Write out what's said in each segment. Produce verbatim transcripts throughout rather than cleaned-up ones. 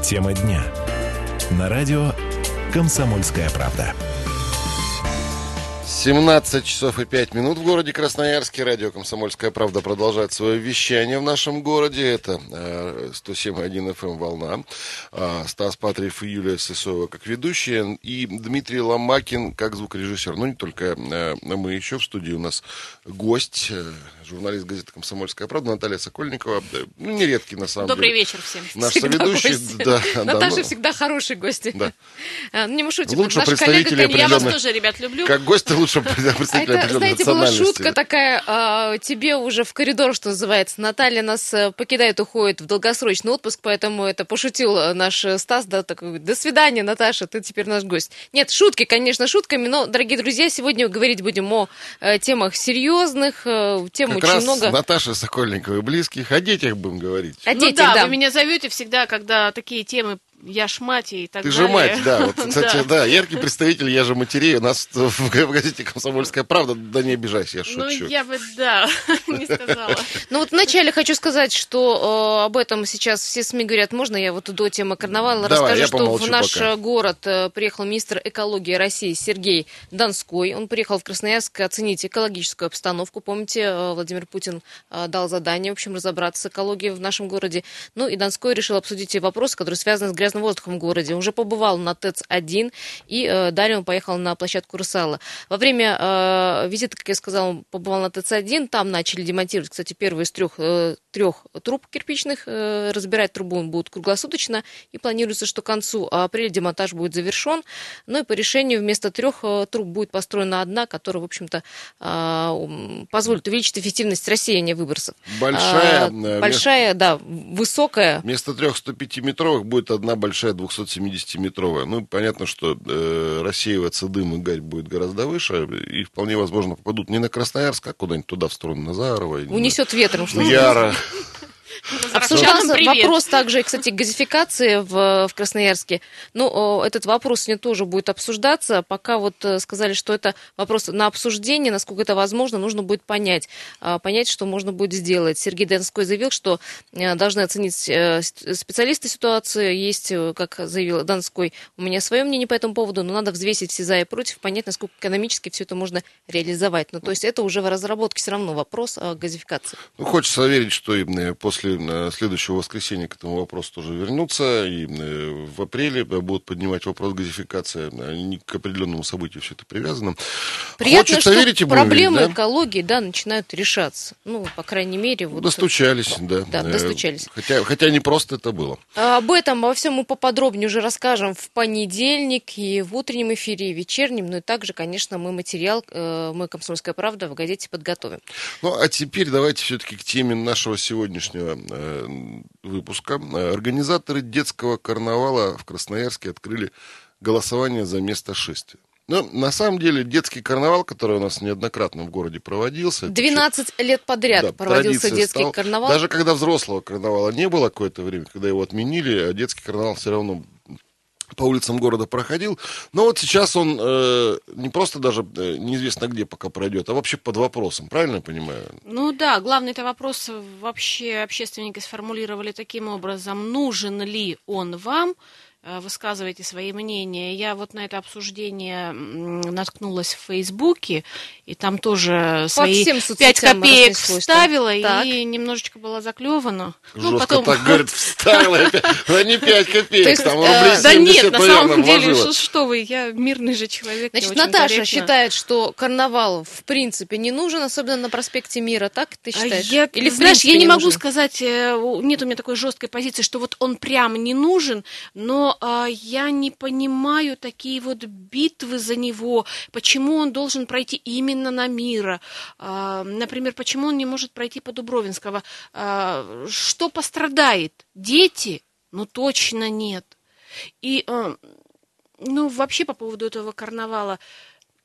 Тема дня. На радио «Комсомольская правда». семнадцать часов и пять минут в городе Красноярске. Радио «Комсомольская правда» продолжает свое вещание в нашем городе. Это э, сто семь и один эф эм «Волна». Э, Стас Патриев и Юлия Сысоева как ведущие. И Дмитрий Ломакин как звукорежиссер. Ну, не только э, мы, еще в студии у нас гость, э, журналист газеты «Комсомольская правда» Наталья Сокольникова. Э, ну, нередкий, на самом Добрый деле. вечер всем. Наш всегда соведущий. Да, Наташа да, ну, всегда хороший гость. Да. А, ну, не мы шутим. Лучше Наша представители коллега, я вас определенных- тоже, ребят, люблю. Как гость лучше представителя Это, определенной знаете, была национальности. шутка такая, а, тебе уже в коридор, что называется. Наталья нас э, покидает, уходит в долгосрочный отпуск, поэтому это пошутил э, наш э, Стас, да, такой: до свидания, Наташа, ты теперь наш гость. Нет, шутки, конечно, шутками, но, дорогие друзья, сегодня говорить будем о э, темах серьезных, э, тем Как очень раз много. Наташа Сокольниковой близких, о детях будем говорить. О Ну детях, да, да. вы меня зовете всегда, когда такие темы «я ж мать» и так Ты далее. же мать, да. Вот, кстати, Да. да, яркий представитель «Я же матерей». У нас в, в газете «Комсомольская правда». Да не обижайся, я Ну, шучу. я бы, да, не сказала. Ну вот вначале хочу сказать, что э, об этом сейчас все СМИ говорят. Можно я вот до темы карнавала Давай, расскажу, я что помолчу в наш пока. город э, приехал министр экологии России Сергей Донской. Он приехал в Красноярск оценить экологическую обстановку. Помните, э, Владимир Путин э, дал задание, в общем, разобраться с экологией в нашем городе. Ну и Донской решил обсудить те вопросы, которые связаны с грязным воздухом в городе. Уже побывал на ТЭЦ один, и э, далее он поехал на площадку Русала. Во время э, визита, как я сказала, он побывал на ТЭЦ один, там начали демонтировать, кстати, первые из трех, э, трех труб кирпичных, э, разбирать трубу будут круглосуточно, и планируется, что к концу апреля демонтаж будет завершен. Ну и по решению вместо трех э, труб будет построена одна, которая, в общем-то, э, позволит увеличить эффективность рассеяния выбросов. Большая, А, э, большая, да, высокая. Вместо трех сто пятиметровых будет одна большая двухсотсемидесятиметровая. Ну, понятно, что э, рассеиваться дым и гарь будет гораздо выше, и вполне возможно попадут не на Красноярск, а куда-нибудь туда, в сторону Назарова. или Унесет ветром, что на называется. Яра. Обсуждался Привет. вопрос также, кстати, газификации в, в Красноярске. Ну, о, этот вопрос сегодня тоже будет обсуждаться. Пока вот э, сказали, что это вопрос на обсуждение, насколько это возможно, нужно будет понять, а, понять, что можно будет сделать. Сергей Донской заявил, что э, должны оценить э, с- специалисты ситуацию. Есть, э, как заявил Донской, у меня свое мнение по этому поводу, но надо взвесить все за и против, понять, насколько экономически все это можно реализовать. Ну, то есть это уже в разработке все равно вопрос о газификации. Ну, хочется верить, что и э, после э, следующего воскресенья к этому вопросу тоже вернутся, и э, в апреле будут поднимать вопрос газификации. Они к определенному событию все это привязано. Приятно, Хочется что верить и будем проблемы верить, да? экологии, да, начинают решаться. Ну, по крайней мере, вот. Достучались, да. Да, Э, достучались. Хотя, хотя не просто это было. А, Об этом, обо всем мы поподробнее уже расскажем в понедельник и в утреннем эфире, и в вечернем. Ну и также, конечно, мы материал, э, мы «Комсомольская правда» в газете подготовим. Ну, а теперь давайте все-таки к теме нашего сегодняшнего э, выпуска. Организаторы детского карнавала в Красноярске открыли голосование за место шествия. Ну, на самом деле, детский карнавал, который у нас неоднократно в городе проводился... это двенадцать лет подряд Да, проводился традиция детский стала. карнавал. Даже когда взрослого карнавала не было какое-то время, когда его отменили, а детский карнавал все равно по улицам города проходил. Но вот сейчас он э, не просто даже э, неизвестно где пока пройдет, а вообще под вопросом. Правильно я понимаю? Ну да, главный это вопрос вообще общественники сформулировали таким образом: нужен ли он вам? Э, Высказывайте свои мнения. Я вот на это обсуждение м, наткнулась в Фейсбуке, и там тоже свои всем пять соцсетям копеек разнеслось там. вставила, Так. и немножечко была заклевана. Жестко так, говорит, вставила опять. Да не пять копеек, То есть, там э, рублей Да нет, семьдесят, на наверное, самом деле, вложила. что, что вы, я мирный же человек. я Значит, очень Наташа корректна. считает, что карнавал в принципе не нужен, особенно на проспекте Мира, так ты А считаешь? Я, Или в знаешь, принципе я не могу нужен? сказать, э, у- нет у меня такой жесткой позиции, что вот он прям не нужен, но а, я не понимаю такие вот битвы за него, почему он должен пройти именно на Мира, А, например, почему он не может пройти по Дубровинского, А, что пострадает? Дети? Ну точно нет. И, э, ну, вообще по поводу этого карнавала,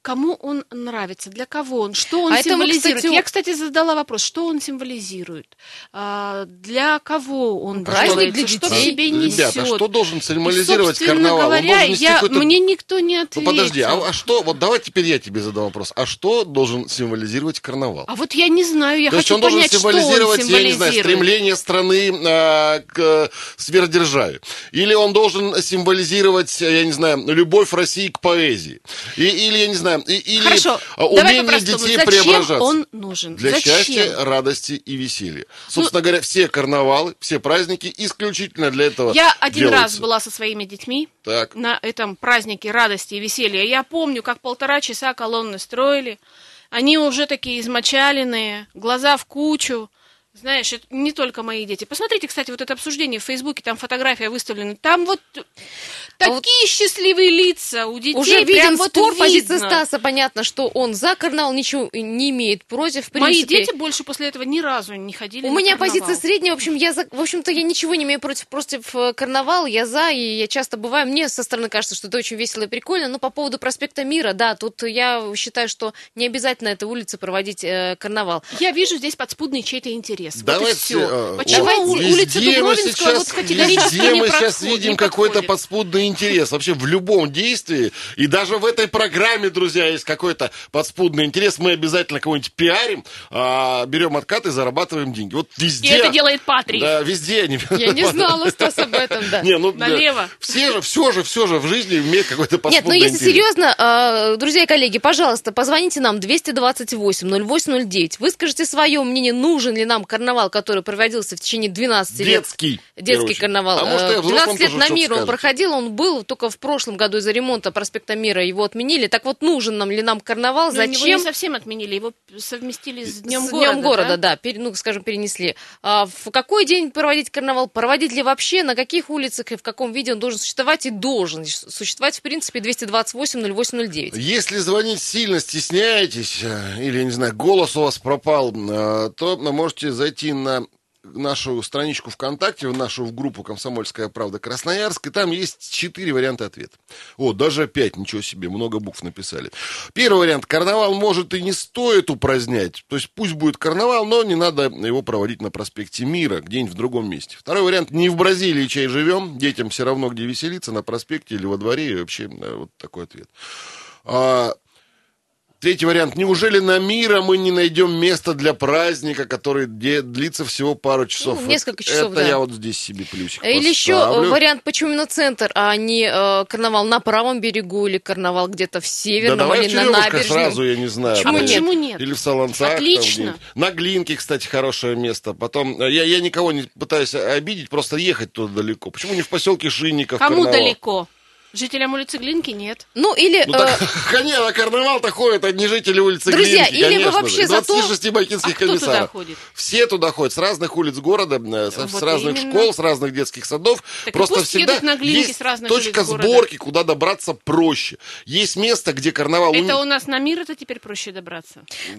кому он нравится, для кого он, что он А это мы, символизирует. кстати, Я, кстати, задала вопрос, что он символизирует, а, для кого он Праздник делается, для что в детей. себе несет. Ребята, а что должен И, символизировать собственно карнавал? Он говоря, должен нести я, какой-то... мне никто не Ну ответил. подожди, а, а что, вот давай теперь я тебе задам вопрос. А что должен символизировать карнавал? А вот я не знаю, я То есть хочу он должен понять, что он символизировать, я не знаю, символизирует. стремление страны а, к а, сверхдержаве. Или он должен символизировать, я не знаю, любовь России к поэзии. И, или, я не знаю, и, или Хорошо, а, давай умение по-простому. детей Зачем преображаться. он нужен? Для Зачем? счастья, радости и веселья. Собственно говоря, все карнавалы, все праздники исключительно для этого Я один делаются. раз была со своими детьми Так. на этом празднике радости и веселья. Я помню, как полтора часа колонны строили. Они уже такие измочаленные, глаза в кучу. Знаешь, это не только мои дети. Посмотрите, кстати, вот это обсуждение в Фейсбуке, там фотография выставлена. Там вот такие вот счастливые лица у детей. Уже прям виден вот спор, видно. позиция Стаса, понятно, что он за карнавал, ничего не имеет против. В принципе. Мои дети больше после этого ни разу не ходили У на меня карнавал. позиция средняя, в общем, я за, в общем-то, я ничего не имею против, против э, карнавала, я за, и я часто бываю, мне со стороны кажется, что это очень весело и прикольно, но по поводу проспекта Мира, да, тут я считаю, что не обязательно на этой улице проводить э, карнавал. Я вижу здесь подспудный чей-то интерес. Давайте, вот и все. э, Почему вот у- везде улица мы Дубровинского сейчас- вот категорически везде не мы подходит, сейчас видим не какой-то подходит. подспудный интерес. Вообще в любом действии. И даже в этой программе, друзья, есть какой-то подспудный интерес. Мы обязательно кого-нибудь пиарим, а, берем откаты и зарабатываем деньги. Вот И везде... это делает Патрий. Да, везде они... Я не знала, Стас, об этом, да. Не, ну, Налево. Все же, все же, все же в жизни имеет какой-то подспудный Нет, ну если интерес. серьезно, э, друзья и коллеги, пожалуйста, позвоните нам двести двадцать восемь ноль восемь ноль девять. Выскажите свое мнение, нужен ли нам карнавал, который проводился в течение двенадцати лет. Детский. Детский карнавал. А может, и Э, взрослым двенадцать лет тоже на что-то Мир он скажете. проходил, он был только в прошлом году из-за ремонта проспекта Мира, его отменили. Так вот, нужен нам ли нам карнавал, Но его зачем? не совсем отменили, его совместили с Днем С города. Днем города, да? да, пере- ну, скажем, перенесли. А в какой день проводить карнавал? Проводить ли вообще? На каких улицах и в каком виде он должен существовать? И должен существовать, в принципе, двести двадцать восемь ноль восемь ноль девять. Если звонить сильно стесняетесь, э, или, я не знаю, голос у вас пропал, э, то можете зайти на нашу страничку ВКонтакте, в нашу в группу «Комсомольская правда Красноярск», и там есть четыре варианта ответа. О, даже пять, ничего себе, много букв написали. Первый вариант. Карнавал, может, и не стоит упразднять. То есть пусть будет карнавал, но не надо его проводить на проспекте Мира, где-нибудь в другом месте. Второй вариант. Не в Бразилии чай живем, детям все равно где веселиться, на проспекте или во дворе. И вообще, э, вот такой ответ. А, Третий вариант. Неужели на Мира мы не найдем место для праздника, который де- длится всего пару часов? Ну, несколько Вот часов, Это да. я вот здесь себе плюсик Или еще поставлю. вариант, почему именно центр, а не э, карнавал на правом берегу или карнавал где-то в Да северном давай или в на Черемушках набережной. сразу, я не знаю. Почему А там, нет? почему нет? Или в Солонцах. там Отлично. где-нибудь. На Глинке, кстати, хорошее место. Потом, э, я, я никого не пытаюсь обидеть, просто ехать туда далеко. Почему не в поселке Шинников Кому карнавал? далеко? Жителям улицы Глинки нет. Ну, или... Ну э, так, конечно, на карнавал-то ходят одни жители улицы Друзья, Глинки, или вы конечно вообще же. за то- двадцать шесть бакинских А кто туда комиссаров. ходит? Все туда ходят, с разных улиц города, э, с, с Вот разных именно. школ, с разных детских садов. Так и Просто пусть всегда едут на Глинки есть с разных точка улиц города. сборки, куда добраться проще. Есть место, где карнавал... Это у нас на Мир это теперь проще добраться.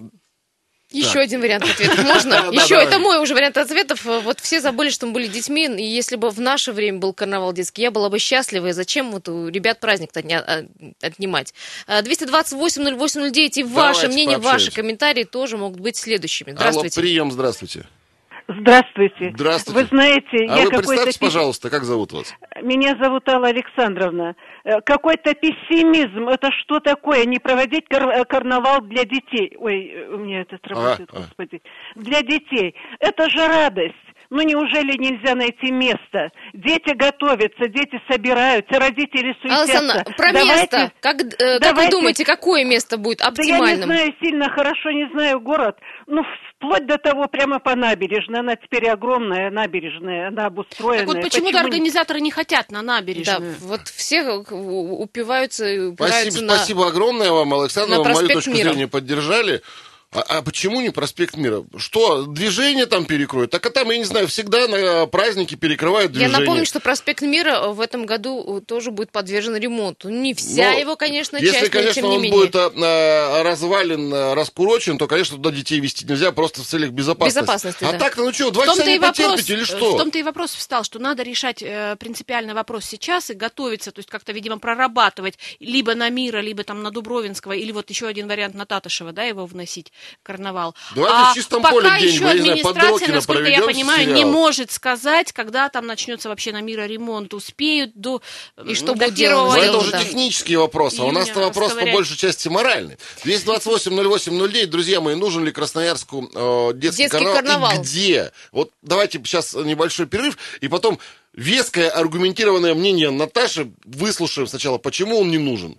Еще один вариант ответов. Можно? Да, Еще давай. это мой уже вариант ответов. Вот все забыли, что мы были детьми, и если бы в наше время был карнавал детский, я была бы счастлива, и зачем вот у ребят праздник-то отня- а, отнимать? А, двести двадцать восемь ноль восемь ноль девять, и ваше Давайте мнение, пообщаемся. ваши комментарии тоже могут быть следующими. Алло, Здравствуйте. прием, здравствуйте. Здравствуйте. Здравствуйте. Вы знаете, А я вы какой-то... представьте, пес- пожалуйста, как зовут вас? Меня зовут Алла Александровна. Э, Какой-то пессимизм. Это что такое? Не проводить кар- э, карнавал для детей. Ой, э, у меня этот работает, Ага, ага. господи. Для детей. Это же радость. Ну неужели нельзя найти место? Дети готовятся, дети собираются, родители Алла суетятся. Александровна, про Давайте- место. Как, э, как вы давайте- думаете, какое место будет Да я не оптимальным? знаю сильно, хорошо не знаю город. Ну, вплоть до того, прямо по набережной. Она теперь огромная набережная, она обустроенная. Так вот почему-то не- организаторы не хотят на Да, набережную. вот все упиваются и упираются Спасибо, на... спасибо огромное вам, Александр. на Вы мою проспект точку Мира. зрения поддержали. А, а почему не проспект Мира? Что, движение там перекроют? Так а там, я не знаю, всегда на праздники перекрывают движение. Я напомню, что проспект Мира в этом году тоже будет подвержен ремонту. Не вся но его, конечно, если, часть, но конечно, тем не он менее. будет а, развален, а, раскурочен, то, конечно, туда детей вести нельзя, просто в целях безопасности. Безопасности, а да. так-то, ну что, два часа не потерпите или что? В том-то и вопрос встал, что надо решать э, принципиальный вопрос сейчас и готовиться, то есть как-то, видимо, прорабатывать либо на Мира, либо там на Дубровинского, или вот еще один вариант на Татышева, да, его вносить, карнавал. Давайте а в чистом пока поле еще где-нибудь, я не знаю, под администрация, Дрокина насколько я проведем понимаю, сериал. не может сказать, когда там начнется вообще на Мира ремонт, успеют до, И что до будет первого Но делать? это уже да. технический вопрос, а у нас-то Июня вопрос по расковырять. большей части моральный. двести двадцать восемь ноль восемь ноль девять, друзья мои, нужен ли Красноярску э, детский, Детский карнавал, карнавал. и где? Вот давайте сейчас небольшой перерыв, и потом веское, аргументированное мнение Наташи выслушаем сначала, почему он не нужен.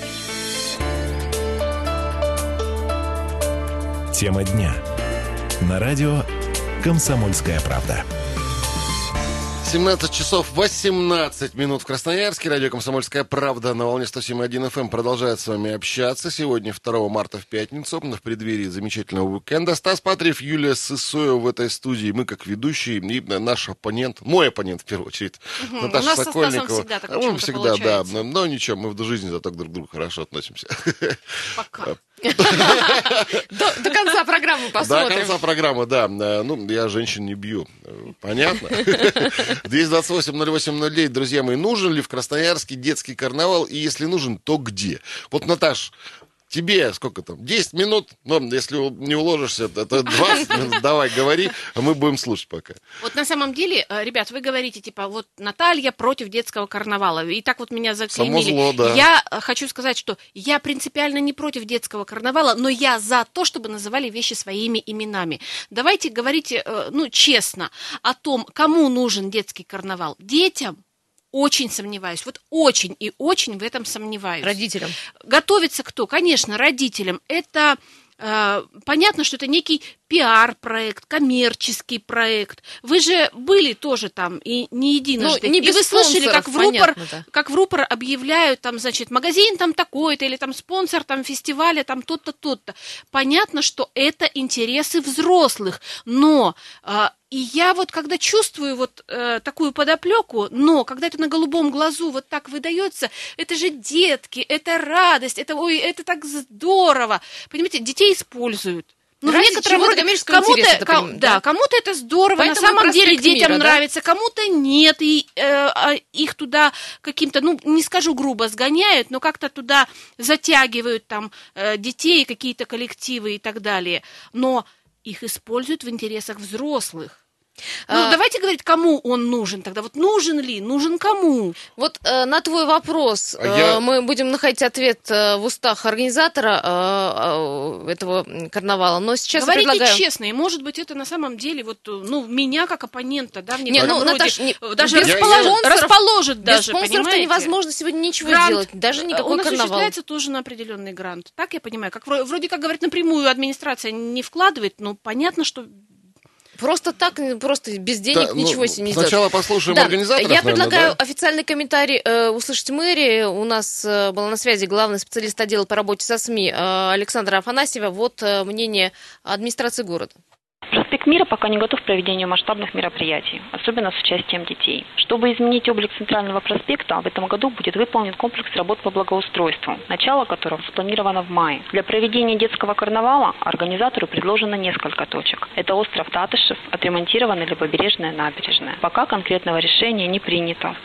Тема дня. На радио «Комсомольская правда». семнадцать часов восемнадцать минут в Красноярске. Радио «Комсомольская правда» на волне сто семь и один эф эм продолжает с вами общаться. Сегодня второго марта в пятницу, в преддверии замечательного уикенда. Стас Патриев, Юлия Сысоева в этой студии. Мы как ведущие и наш оппонент, мой оппонент в первую очередь, Угу. Наташа У нас со Стасом Сокольникова. всегда так А мы почему-то всегда, получается. да. Но ничего, мы в жизни зато друг к другу хорошо относимся. Пока. До, до конца программы посмотрим. До конца программы, да. Ну, я женщин не бью. Понятно? двести двадцать восемь ноль восемь ноль девять, друзья мои, нужен ли в Красноярске детский карнавал? И если нужен, то где? Вот, Наташ, тебе сколько там? десять минут? Ну, если не уложишься, это двадцать минут. Давай, говори, а мы будем слушать пока. Вот на самом деле, э, ребят, вы говорите, типа, вот Наталья против детского карнавала. И так вот меня заклеймили. Само зло, да. Я э, хочу сказать, что я принципиально не против детского карнавала, но я за то, чтобы называли вещи своими именами. Давайте говорить, э, ну, честно о том, кому нужен детский карнавал. Детям? Очень сомневаюсь. Вот очень и очень в этом сомневаюсь. Родителям. Готовится кто? Конечно, родителям. Это э, понятно, что это некий пиар-проект, коммерческий проект. Вы же были тоже там и не единожды. Ну, не и без вы слышали, спонсоров, как в рупор, понятно, да. как в рупор объявляют, там, значит, магазин там такой-то, или там спонсор там фестиваля, там тот-то, тот-то. Понятно, что это интересы взрослых, но... Э, И я вот, когда чувствую вот э, такую подоплеку, но когда это на голубом глазу вот так выдается, это же детки, это радость, это, ой, это так здорово. Понимаете, детей используют. Ну, в Ради некотором чего-то роде коммерческого кому-то, интереса, ко- да? да, кому-то это здорово, Поэтому на самом деле проспект детям Мира, да? нравится, кому-то нет, и э, а их туда каким-то, ну, не скажу грубо, сгоняют, но как-то туда затягивают там э, детей, какие-то коллективы и так далее. Но их используют в интересах взрослых. Ну, А, давайте говорить, кому он нужен тогда. Вот нужен ли, нужен кому? Вот э, на твой вопрос А э, я- мы будем находить ответ э, в устах организатора э, э, этого карнавала, но сейчас Говорите я предлагаю... честно, и может быть это на самом деле вот, ну, меня как оппонента, да, в Не, некотором ну, роде Наташ, не- даже без расположит, спонсоров- расположит Без даже, спонсоров-то понимаете? невозможно сегодня ничего Грант, делать, даже э, никакой он карнавал. осуществляется тоже на определенный грант. Так я понимаю, как вро- вроде как говорит напрямую, администрация не вкладывает, но понятно, что Просто так, просто без денег Да, ничего ну, себе не сделать. сначала послушаем Да, организаторов, я наверное, предлагаю да? официальный комментарий э, услышать мэрии. У нас э, была на связи главный специалист отдела по работе со СМИ э, Александра Афанасьева. Вот э, мнение администрации города. Проспект Мира пока не готов к проведению масштабных мероприятий, особенно с участием детей. Чтобы изменить облик Центрального проспекта, в этом году будет выполнен комплекс работ по благоустройству, начало которого спланировано в мае. Для проведения детского карнавала организатору предложено несколько точек. Это остров Татышев, отремонтированная или побережная набережная. Пока конкретного решения не принято.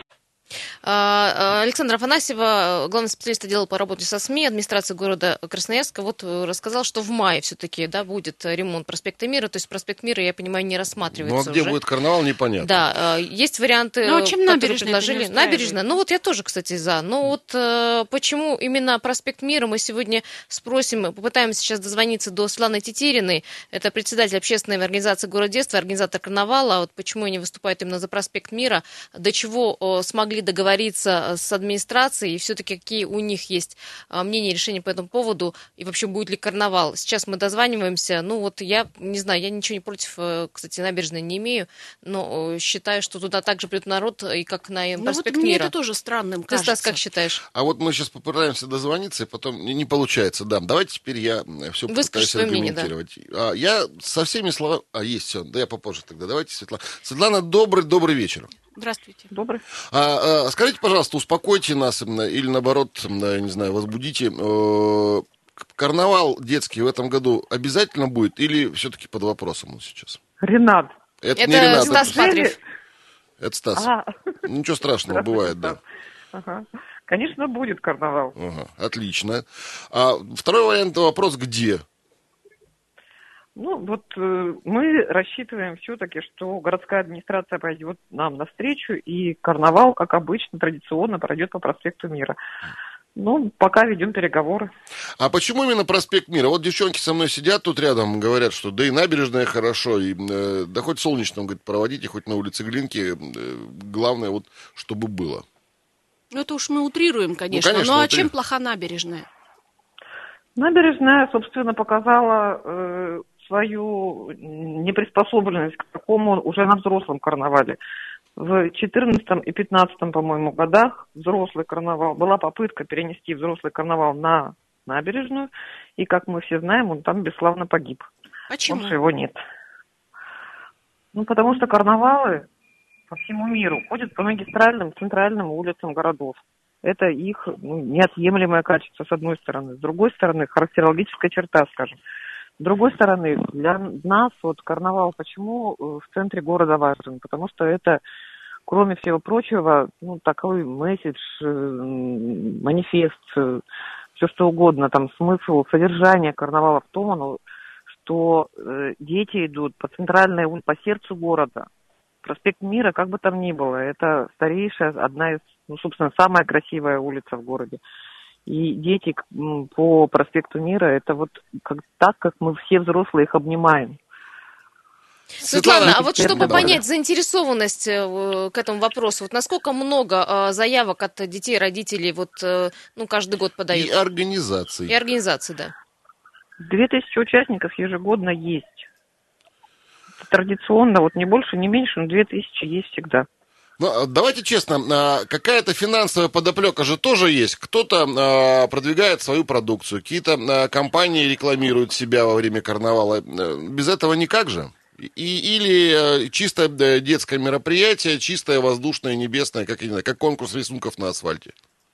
Александра Афанасьева, главный специалист отдела по работе со СМИ администрации города Красноярска, вот рассказал, что в мае все-таки, да, будет ремонт проспекта Мира. То есть проспект Мира, я понимаю, не рассматривается. Ну, а где уже. будет карнавал, непонятно. Да, есть варианты, Ну, а чем которые набережная-то не предложили. устраивает? Набережная, ну вот я тоже, кстати, за. Но вот э, почему именно проспект Мира, мы сегодня спросим, попытаемся сейчас дозвониться до Светланы Тетериной, это председатель общественной организации «Город детства», организатор карнавала. Вот почему они выступают именно за проспект Мира, до чего э, смогли договориться договориться с администрацией, и все-таки какие у них есть мнения и решения по этому поводу, и вообще будет ли карнавал. Сейчас мы дозваниваемся, ну вот я не знаю, я ничего не против, кстати, набережной не имею, но считаю, что туда также придет народ, и как на Ну проспект вот мне Мира. это тоже странным Ты, кажется. Стас, как считаешь? А вот мы сейчас попытаемся дозвониться, и потом не, не получается. Да, давайте теперь я все Выскажи попытаюсь свое мнение, да. аргументировать. А, я со всеми словами... А, есть все. Да я попозже тогда. Давайте, Светлана. Светлана, добрый, добрый вечер. Здравствуйте. Добрый. А, а, скажите, пожалуйста, успокойте нас или, наоборот, я не знаю, возбудите. Э, карнавал детский в этом году обязательно будет или все-таки под вопросом он сейчас? Ренат. Это, Это не Ренат, Стас это, Патриев. это Стас. А, Ничего страшного, бывает, да. ага. Конечно, будет карнавал. Ага, отлично. А второй вариант, вопрос, где? Ну, вот э, мы рассчитываем все-таки, что городская администрация пойдет нам навстречу, и карнавал, как обычно, традиционно пройдет по проспекту Мира. Ну, пока ведем переговоры. А почему именно проспект Мира? Вот девчонки со мной сидят тут рядом, говорят, что да и набережная хорошо, и э, да хоть солнечном, говорит, проводите, хоть на улице Глинки, э, главное вот, чтобы было. Ну это уж мы утрируем, конечно. Ну, конечно, ну а утри- чем плоха набережная? Набережная, собственно, показала э, свою неприспособленность к такому уже на взрослом карнавале. В четырнадцатом и пятнадцатом, по-моему, годах взрослый карнавал, была попытка перенести взрослый карнавал на набережную, и, как мы все знаем, он там бесславно погиб. Почему? Потому что его нет. Ну, потому что карнавалы по всему миру ходят по магистральным, центральным улицам городов. Это их ну, неотъемлемое качество, с одной стороны. С другой стороны, характерологическая черта, скажем. С другой стороны, для нас вот карнавал почему в центре города важен? Потому что это, кроме всего прочего, ну, такой месседж, манифест, все что угодно, там смысл, содержание карнавала в том, оно, что э, дети идут по центральной улице, по сердцу города. Проспект Мира, как бы там ни было, это старейшая, одна из, ну, собственно, самая красивая улица в городе. И дети по проспекту Мира, это вот как, так, как мы все взрослые их обнимаем. Светлана, Светлана, а вот Светлана, чтобы давай. понять заинтересованность э, к этому вопросу, вот насколько много э, заявок от детей, родителей вот, э, ну, каждый год подают? И организации. И организации, да. Две тысячи участников ежегодно есть. Традиционно, вот не больше, не меньше, но две тысячи есть всегда. Ну, давайте честно, а, какая-то финансовая подоплека же тоже есть. Кто-то а, продвигает свою продукцию, какие-то а, компании рекламируют себя во время карнавала. Без этого никак же. И, или а, чисто детское мероприятие, чистое воздушное, небесное, как, я не знаю, как конкурс рисунков на асфальте.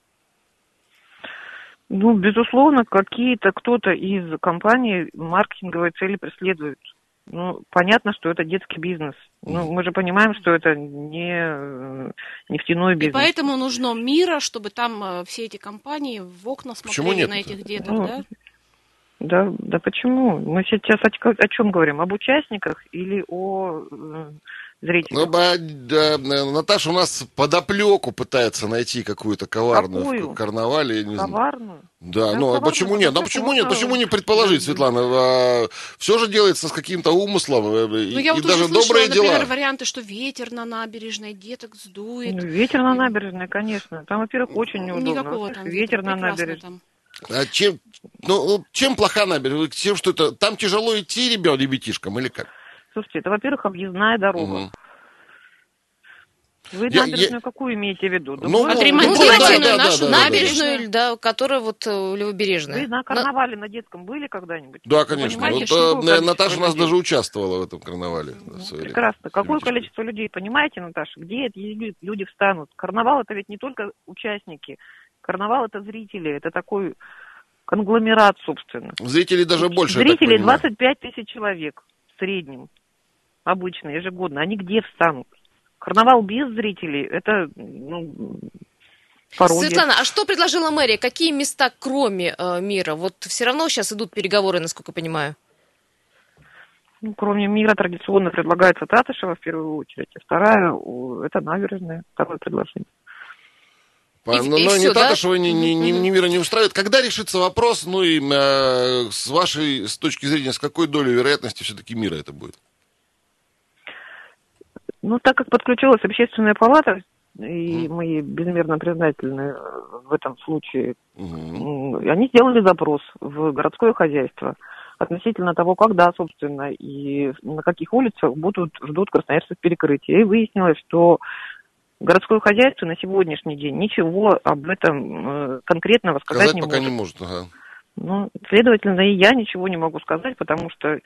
Ну, безусловно, какие-то кто-то из компаний маркетинговые цели преследует. Ну, понятно, что это детский бизнес. Ну, мы же понимаем, что это не нефтяной бизнес. И поэтому нужно мира, чтобы там э, все эти компании в окна Почему смотрели нет на это? этих деток, Ну, да? Да, да почему? Мы сейчас о, о чем говорим? Об участниках или о э, зрителях? Ну, а, да, Наташа у нас подоплеку пытается найти какую-то коварную Какую? в карнавале. я не знаю. Коварную? Да, Да, ну а коварную почему нет? Ну а подоплеку почему нет? можно- Почему не предположить, Светлана? А, все же делается с каким-то умыслом, э, Ну, и, я и вот даже уже слышала, добрые например, дела. варианты, что ветер на набережной, деток сдует. Ну, ветер на набережной, конечно. Там, во-первых, очень неудобно. Никакого Во-вторых, там ветер на прекрасно набережной. там. А чем, ну, чем плоха набережная? Тем, что это там тяжело идти ребят, ребятишкам или как? Слушайте, это, во-первых, объездная дорога. Мгм. Вы Я- набережную я- какую имеете в виду? Да Ну, вы- Отремонтированную да, да, да, нашу да, да, да. Набережную, да, которая вот э, левобережная. Вы на карнавале на детском были когда-нибудь? Да, Вы конечно. понимаете, Вот, что э, такое количество Наташа у нас людей? даже участвовала в этом карнавале. в свое время. Прекрасно. Какое Любительское. количество людей, понимаете, Наташа, где эти лю- люди встанут? Карнавал это ведь не только участники. Карнавал это зрители, это такой конгломерат, собственно. Зрителей даже больше, я так Зрителей понимаю. двадцать пять тысяч человек в среднем, обычно, ежегодно. Они где встанут? Карнавал без зрителей, это, ну, пародия. Светлана, а что предложила мэрия? Какие места, кроме э, мира? Вот все равно сейчас идут переговоры, насколько я понимаю. Ну, кроме мира традиционно предлагается Татышева в первую очередь, а вторая у- это набережная, второе предложение. По- И- но и но всё, не да? Татышева, ни, ни, ни, Мгм. ни мира не устраивает. Когда решится вопрос, ну и э, с вашей с точки зрения, с какой долей вероятности все-таки мира это будет? Ну, так как подключилась общественная палата, и мы безмерно признательны в этом случае. Угу. Они сделали запрос в городское хозяйство относительно того, когда, собственно, и на каких улицах будут, ждут красноярцев перекрытия. И выяснилось, что городское хозяйство на сегодняшний день ничего об этом конкретного сказать, сказать не пока может. не может. Ага. Ну, следовательно, и я ничего не могу сказать, потому что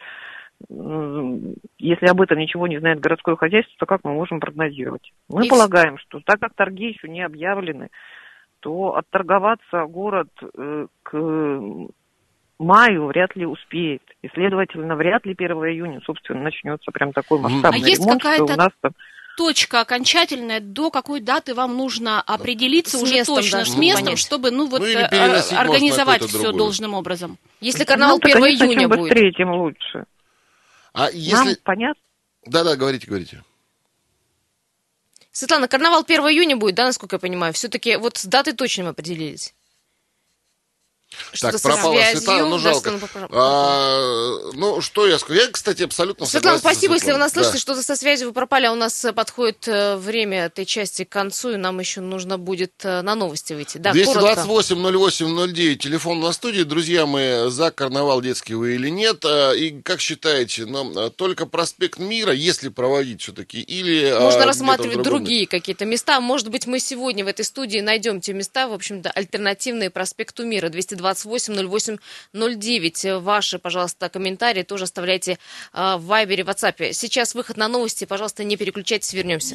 если об этом ничего не знает городское хозяйство, то как мы можем прогнозировать? Мы и полагаем, что так как торги еще не объявлены, то отторговаться город э, к маю вряд ли успеет. И, следовательно, вряд ли первого июня, собственно, начнется прям такой масштабный а есть ремонт, какая-то что у нас там... точка окончательная, до какой даты вам нужно определиться с уже местом, точно, да, с местом, понять. чтобы ну вот ну, организовать все другой. должным образом? Если карнавал ну, первого конечно, июня чем будет. быстрее, тем лучше. А если... Нам понятно? Да-да, говорите, говорите. Светлана, карнавал первого июня будет, да, насколько я понимаю? Все-таки вот с датой точно мы определились. Так, Что-то пропала связью, Светлана, ну да, жалко. что а, ну, что я скажу? Я, кстати, абсолютно Светлана, согласен. спасибо, если вы нас слышите, да. что-то со связью вы пропали, а у нас подходит время этой части к концу, и нам еще нужно будет на новости выйти. Да, двести двадцать восемь ноль восемь ноль девять, телефон на студии. Друзья мои, за карнавал детский вы или нет? И как считаете, нам только проспект Мира, если проводить все-таки, или... Можно а, рассматривать другие какие-то места. Может быть, мы сегодня в этой студии найдем те места, в общем-то, альтернативные проспекту Мира. двести двадцать восемь ноль восемь ноль девять. Ваши, пожалуйста, комментарии тоже оставляйте в Вайбере, в WhatsApp. Сейчас выход на новости. Пожалуйста, не переключайтесь, вернемся.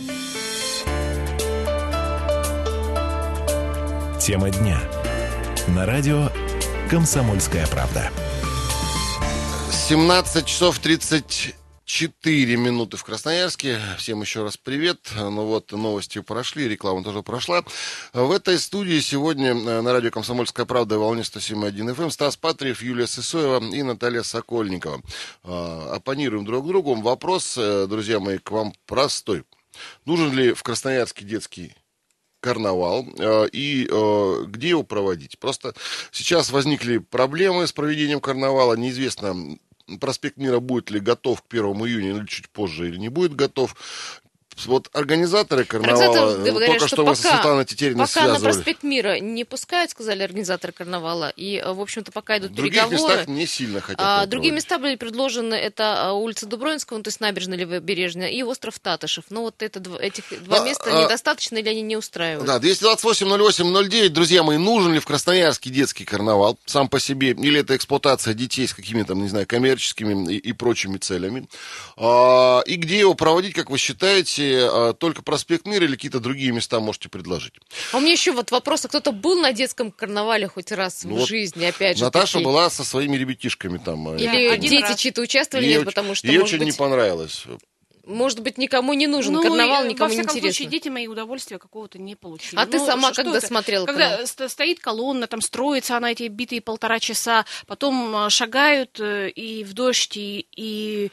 Тема дня. На радио «Комсомольская правда». семнадцать часов тридцать четыре минуты в Красноярске. Всем еще раз привет. Ну вот, новости прошли, реклама тоже прошла. В этой студии сегодня на радио «Комсомольская правда» волне сто семь и один эф эм Стас Патриев, Юлия Сысоева и Наталья Сокольникова. Оппонируем друг другу. Вопрос, друзья мои, к вам простой. Нужен ли в Красноярске детский карнавал и где его проводить? Просто сейчас возникли проблемы с проведением карнавала. Неизвестно, проспект Мира будет ли готов к первому июня или чуть позже, или не будет готов. Вот организаторы карнавала, говорят, только что, что вы со Светланой Тетериной пока связывали. на проспект Мира не пускают, сказали организаторы карнавала, и, в общем-то, пока идут в других переговоры. В других местах не сильно хотят. А, другие места были предложены, это улица Дубровинского, ну, то есть набережная Левобережная, и остров Татышев. Но вот это, этих два а, места а, недостаточно или они не устраивают? Да, двести двадцать восемь ноль восемь ноль девять, друзья мои, нужен ли в Красноярске детский карнавал сам по себе, или это эксплуатация детей с какими-то, не знаю, коммерческими и, и прочими целями? А, и где его проводить, как вы считаете, а, только проспект Мира или какие-то другие места можете предложить? А у меня еще вот вопрос, а кто-то был на детском карнавале хоть раз ну в вот жизни, опять же? Наташа такие? была со своими ребятишками там. Или да, дети чьи-то участвовали, ей, нет, потому что, ей может очень быть... не понравилось. Может быть, никому не нужен ну, карнавал, никому не интересно. Во всяком случае, дети мои удовольствия какого-то не получили. А ну, ты сама что когда это? смотрела Когда канал? Стоит колонна, там строится она эти битые полтора часа, потом шагают и в дождь, и, и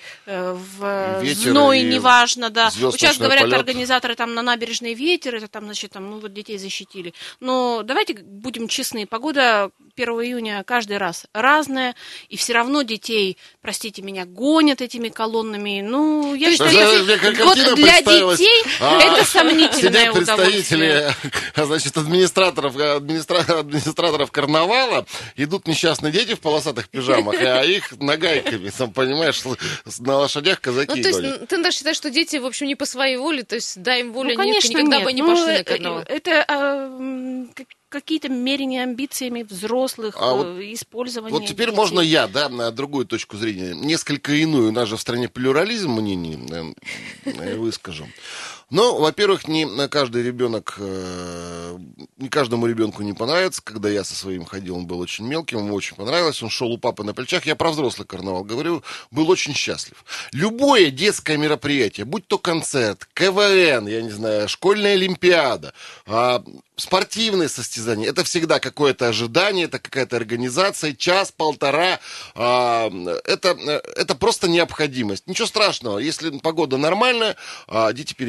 в ветер, зной, и неважно, да. Сейчас говорят полет. Организаторы там на набережной ветер, это там, значит, там, ну вот детей защитили. Но давайте будем честны, погода первого июня каждый раз разная, и все равно детей, простите меня, гонят этими колоннами. Ну, я считаю, вот для детей а, это сомнительное сидят удовольствие. представители, значит, администраторов, администра... администраторов карнавала, идут несчастные дети в полосатых пижамах, а их нагайками, там, понимаешь, на лошадях казаки Ну, то есть, гонят. ты даже считаешь, что дети, в общем, не по своей воле, то есть, дай им волю, Ну, они конечно, никогда нет. бы не ну, пошли на карнавал. Это а, какие-то мерения амбициями взрослых, а вот, использования Вот теперь детей. можно я, да, на другую точку зрения, несколько иную, у нас же в стране плюрализм мнений, выскажу. Ну, во-первых, не каждый ребенок, не каждому ребенку не понравится. Когда я со своим ходил, он был очень мелким, ему очень понравилось, он шел у папы на плечах. Я про взрослый карнавал говорю, был очень счастлив. Любое детское мероприятие, будь то концерт, ка вэ эн, я не знаю, школьная олимпиада, спортивные состязания, это всегда какое-то ожидание, это какая-то организация, час-полтора, это, это просто необходимость. Ничего страшного, если погода нормальная, дети перетерпят.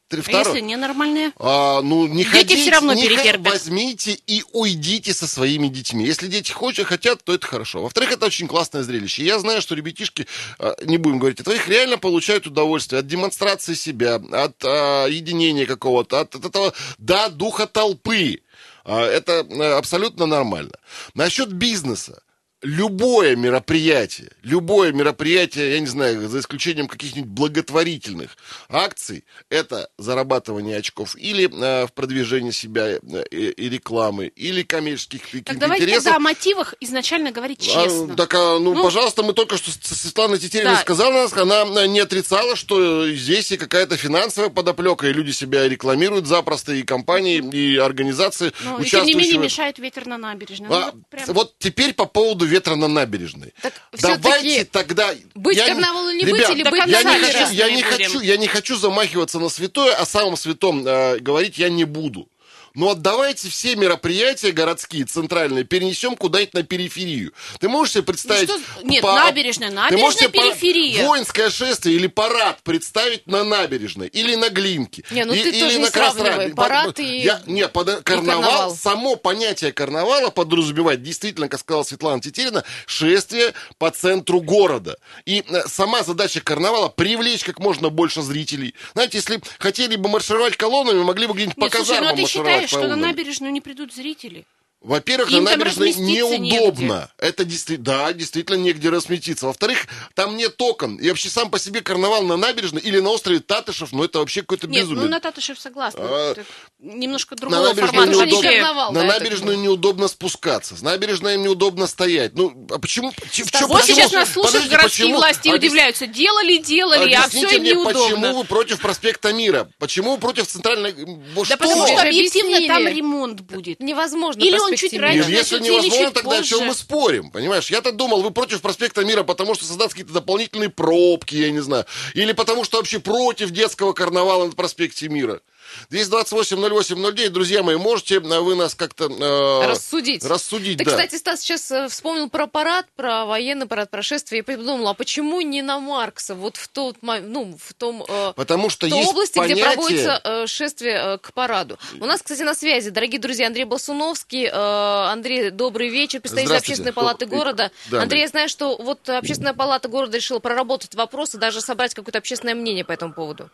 А если ненормальные? А, ну, не Дети ходите, все равно не перетерпят. Возьмите и уйдите со своими детьми. Если дети хотят, хотят, то это хорошо. Во-вторых, это очень классное зрелище. Я знаю, что ребятишки, не будем говорить о твоих, реально получают удовольствие от демонстрации себя, от а, единения какого-то, от, от этого, да, духа толпы. А, это абсолютно нормально. Насчет бизнеса. Любое мероприятие, любое мероприятие, я не знаю, за исключением каких-нибудь благотворительных акций, это зарабатывание очков или э, в продвижении себя э, и рекламы, или коммерческих каких-то Так давайте интересов. тогда о мотивах изначально говорить честно. А, так, а, ну, Ну, пожалуйста, мы только что Светлана Тетерева да. сказала, она не отрицала, что здесь и какая-то финансовая подоплека, и люди себя рекламируют запросто, и компании, и организации, Ну, и тем не участвующие менее в этом. мешает ветер на набережной. Ну, А, вот прям- вот теперь по поводу ветра на набережной. Так Давайте всё-таки тогда... быть я карнавалу не Ребят, быть или да быть я на не, набережной хочу, я, не будем. хочу, я не хочу замахиваться на святое, а самым святом э, говорить я не буду. Но вот давайте все мероприятия городские, центральные, перенесем куда-нибудь на периферию. Ты можешь себе представить... Ну что- нет, по- набережная, Ты можешь набережная, себе пара- периферия. воинское шествие или парад представить на набережной, или на Глинке. Не, ну и- ты или тоже не на Красной сравнивай Армии. парад По- и- я- Не, под- карнавал, карнавал. само понятие карнавала подразумевает, действительно, как сказала Светлана Тетерина, шествие по центру города. И э, сама задача карнавала — привлечь как можно больше зрителей. Знаете, если хотели бы маршировать колоннами, могли бы где-нибудь по Нет, слушай, ну казармам а ты маршировать считаешь, по что на улицам. набережную не придут зрители? Во-первых, Им на там набережной разместиться неудобно. Это действительно, да, действительно негде разместиться. Во-вторых, там нет окон. И вообще сам по себе карнавал на набережной или на острове Татышев, ну это вообще какое-то Нет, безумие. ну на Татышев согласна. А, Это немножко На другого набережную формата. неудобно, вообще. карнавал, на да, набережную это- неудобно спускаться. С набережной им неудобно стоять. Ну, а почему? ч- В чем, Вот почему? сейчас нас слушают Подождите, городские почему? власти и Объяс- удивляются. Делали, делали, а Объясните все им мне, неудобно. почему вы против проспекта Мира? Почему вы против центральной... Вот Да что? потому что Уже объективно объяснили. там ремонт будет. Невозможно. Или он проспект чуть Мира. Нет, раньше если начнется или невозможно, чуть тогда о чем позже. мы спорим, понимаешь? Я-то думал, вы против проспекта Мира, потому что создаться какие-то дополнительные пробки, я не знаю. Или потому что вообще против детского карнавала на проспекте Мира. двести двадцать восемь ноль восемь ноль девять, друзья мои, можете вы нас как-то... э, Рассудить. Рассудить, Ты, да. кстати, Стас сейчас э, вспомнил про парад, про военный парад, про шествие, и подумала, а почему не на Маркса, вот в тот, мо- ну, в том... э, Потому что в той есть области, понятие... где проводится э, шествие э, к параду. У нас, кстати, на связи, дорогие друзья, Андрей Болсуновский. Э, Андрей, добрый вечер, представитель Здравствуйте. Общественной палаты города. Да, Андрей, я знаю, что вот Общественная палата города решила проработать вопрос и даже собрать какое-то общественное мнение по этому поводу.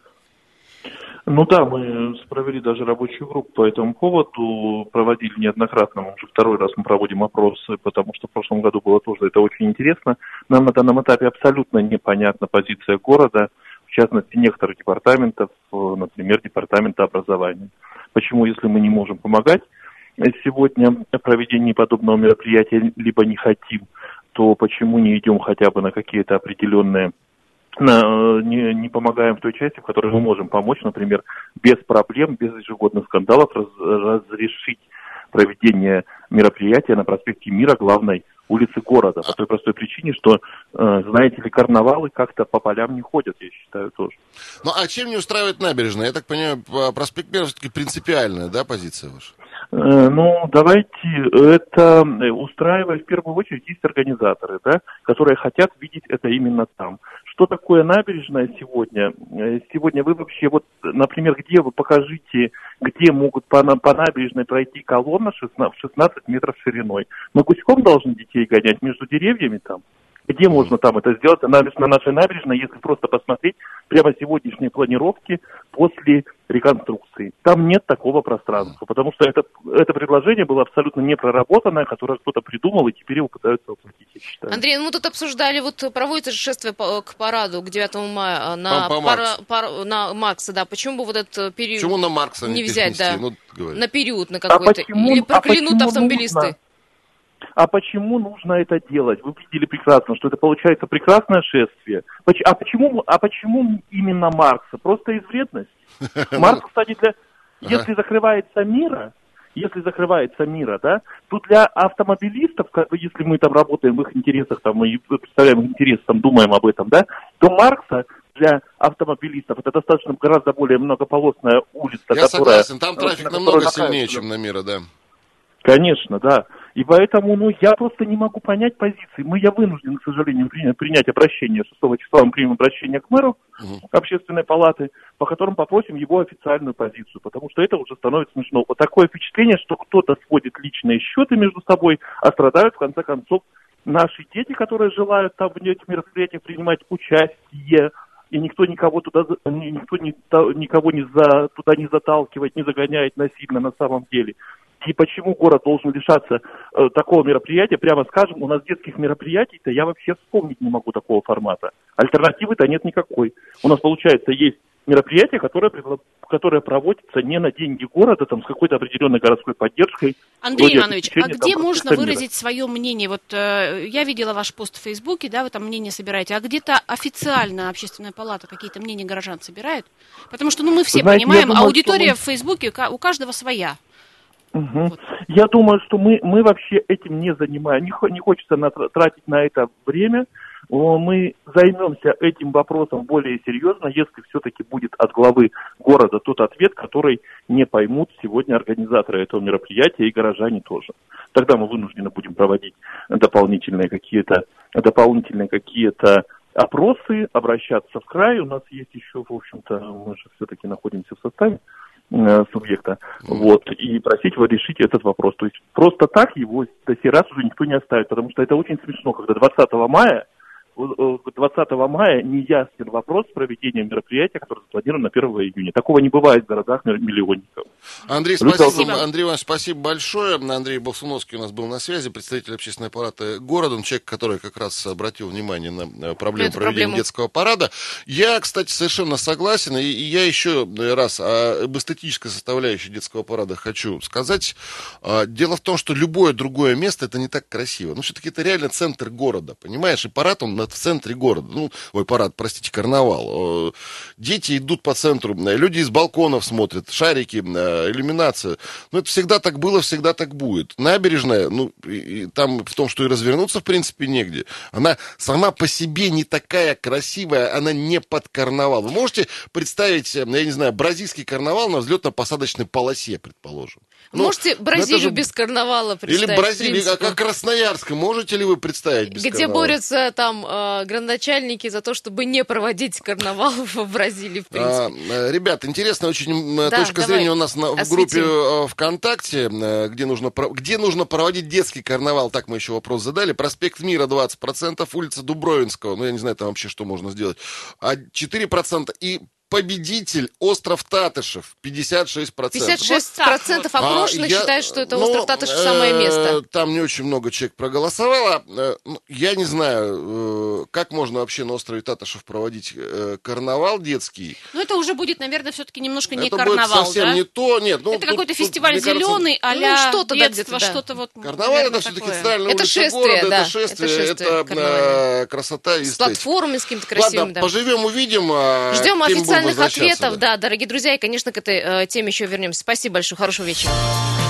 Ну да, мы провели даже рабочую группу по этому поводу, проводили неоднократно, уже второй раз мы проводим опросы, потому что в прошлом году было тоже это очень интересно. Нам на данном этапе абсолютно непонятна позиция города, в частности некоторых департаментов, например, департамента образования. Почему, если мы не можем помогать сегодня в проведении подобного мероприятия, либо не хотим, то почему не идем хотя бы на какие-то определенные... Не, не помогаем в той части, в которой мы можем помочь, например, без проблем, без ежегодных скандалов раз, разрешить проведение мероприятия на проспекте Мира, главной улицы города. По той простой причине, что, знаете ли, карнавалы как-то по полям не ходят, я считаю, тоже. Ну, а чем не устраивает набережная? Я так понимаю, проспект Мира все-таки принципиальная, да, позиция ваша? Ну, давайте, это устраивает в первую очередь есть организаторы, да, которые хотят видеть это именно там. Что такое набережная сегодня? Сегодня вы вообще, вот, например, где вы покажите, где могут по, по набережной пройти колонна в шестнадцать метров шириной? Мы гуськом должны детей гонять между деревьями там? Где можно там это сделать? На нашей набережной, если просто посмотреть прямо сегодняшние планировки после реконструкции. Там нет такого пространства, потому что это, это предложение было абсолютно непроработанное, которое кто-то придумал, и теперь его пытаются воплотить, я считаю. Андрей, ну мы тут обсуждали, вот проводится же шествие по, к параду, к девятому мая на, По- по пара, Марксу. пара- на Маркса, да. Почему бы вот этот период Почему на Маркса не не взять, перенести? да, Ну, говори. на период на А какой-то? почему- Или а проклянут почему автомобилисты? нужно? А почему нужно это делать? Вы видели прекрасно, что это получается прекрасное шествие. Поч- А почему, а почему именно Маркса? Просто из вредности. Маркс, кстати, для... если закрывается Мира, если закрывается Мира, да, то для автомобилистов, как бы, если мы там работаем в их интересах, там, и представляем их интерес, там, думаем об этом, да, то Маркса для автомобилистов это достаточно гораздо более многополосная улица, Я которая... согласен, там трафик на намного которой сильнее, направлена. чем на Мира, да. Конечно, да. И поэтому, ну, я просто не могу понять позиции. Мы, я вынужден, к сожалению, принять, принять обращение шестого числа, мы примем обращение к мэру uh-huh. общественной палаты, по которым попросим его официальную позицию, потому что это уже становится смешно. Вот такое впечатление, что кто-то сводит личные счеты между собой, а страдают, в конце концов, наши дети, которые желают там в этих мероприятиях принимать участие, и никто никого туда, никто не, никого не за, туда не заталкивает, не загоняет насильно на самом деле. И почему город должен лишаться э, такого мероприятия? Прямо скажем, у нас детских мероприятий-то я вообще вспомнить не могу такого формата. Альтернативы-то нет никакой. У нас, получается, есть мероприятие, которое, которое проводится не на деньги города, там, с какой-то определенной городской поддержкой. Андрей Иванович, а где можно выразить свое мнение? Вот э, я видела ваш пост в Фейсбуке, да, вы там мнение собираете, а где-то официально общественная палата какие-то мнения горожан собирает? Потому что, ну, мы все Знаете, понимаем, думаю, аудитория мы... в Фейсбуке у каждого своя. Угу. Вот. Я думаю, что мы, мы вообще этим не занимаем, не, не хочется на, тратить на это время. Мы займемся этим вопросом более серьезно, если все-таки будет от главы города тот ответ, который не поймут сегодня организаторы этого мероприятия и горожане тоже. Тогда мы вынуждены будем проводить дополнительные какие-то, дополнительные какие-то опросы, обращаться в край. У нас есть еще, в общем-то, мы же все-таки находимся в составе субъекта, вот, и просить его решить этот вопрос. То есть просто так его до сей раз уже никто не оставит, потому что это очень смешно, когда двадцатого мая двадцатого мая неясен вопрос проведения мероприятия, которое запланировано на первого июня. Такого не бывает в городах-миллионников. Андрей, спасибо. Андрей Иванович, спасибо большое. Андрей Болсуновский у нас был на связи, представитель общественной палаты города, он человек, который как раз обратил внимание на проблему Эту проведения проблему. детского парада. Я, кстати, совершенно согласен, и я еще раз об эстетической составляющей детского парада хочу сказать. Дело в том, что любое другое место это не так красиво. Ну, все-таки это реально центр города, понимаешь? И парад он в центре города. Ну, ой, парад, простите, карнавал. Дети идут по центру, люди из балконов смотрят, шарики, иллюминация. Ну, это всегда так было, всегда так будет. Набережная, ну, и, и там в том, что и развернуться, в принципе, негде. Она сама по себе не такая красивая, она не под карнавал. Вы можете представить, я не знаю, бразильский карнавал на взлетно-посадочной полосе, предположим? Ну, можете Бразилию же... без карнавала представить? Или Бразилию, а как Красноярск, можете ли вы представить без Где карнавала? борются там э, градоначальники за то, чтобы не проводить карнавал в Бразилии, в принципе. А, ребят, интересная очень да, точка давай, зрения у нас на, в группе ВКонтакте, где нужно, где нужно проводить детский карнавал, так мы еще вопрос задали. Проспект Мира двадцать процентов, улица Дубровинского, ну я не знаю там вообще, что можно сделать, а четыре процента и победитель остров Татышев, пятьдесят шесть процентов. пятьдесят шесть процентов опрошенных а, считают, что это ну, остров Татышев самое место. Там не очень много человек проголосовало. Я не знаю, как можно вообще на острове Татышев проводить карнавал детский. Ну, это уже будет, наверное, все-таки немножко не это карнавал, будет совсем да? не то, нет. Ну, это тут, какой-то тут, фестиваль зеленый, кажется, а-ля ну, что-то, детство, да, что-то вот. Карнавал это все-таки центральная это улица шествие, города, да. это шествие, это, шествие, это красота и с эстетика. платформами с каким-то красивым, Ладно, да. поживем, увидим. Ждем официальных ответов, да. да, дорогие друзья, и, конечно, к этой э, теме еще вернемся. Спасибо большое, хорошего вечера.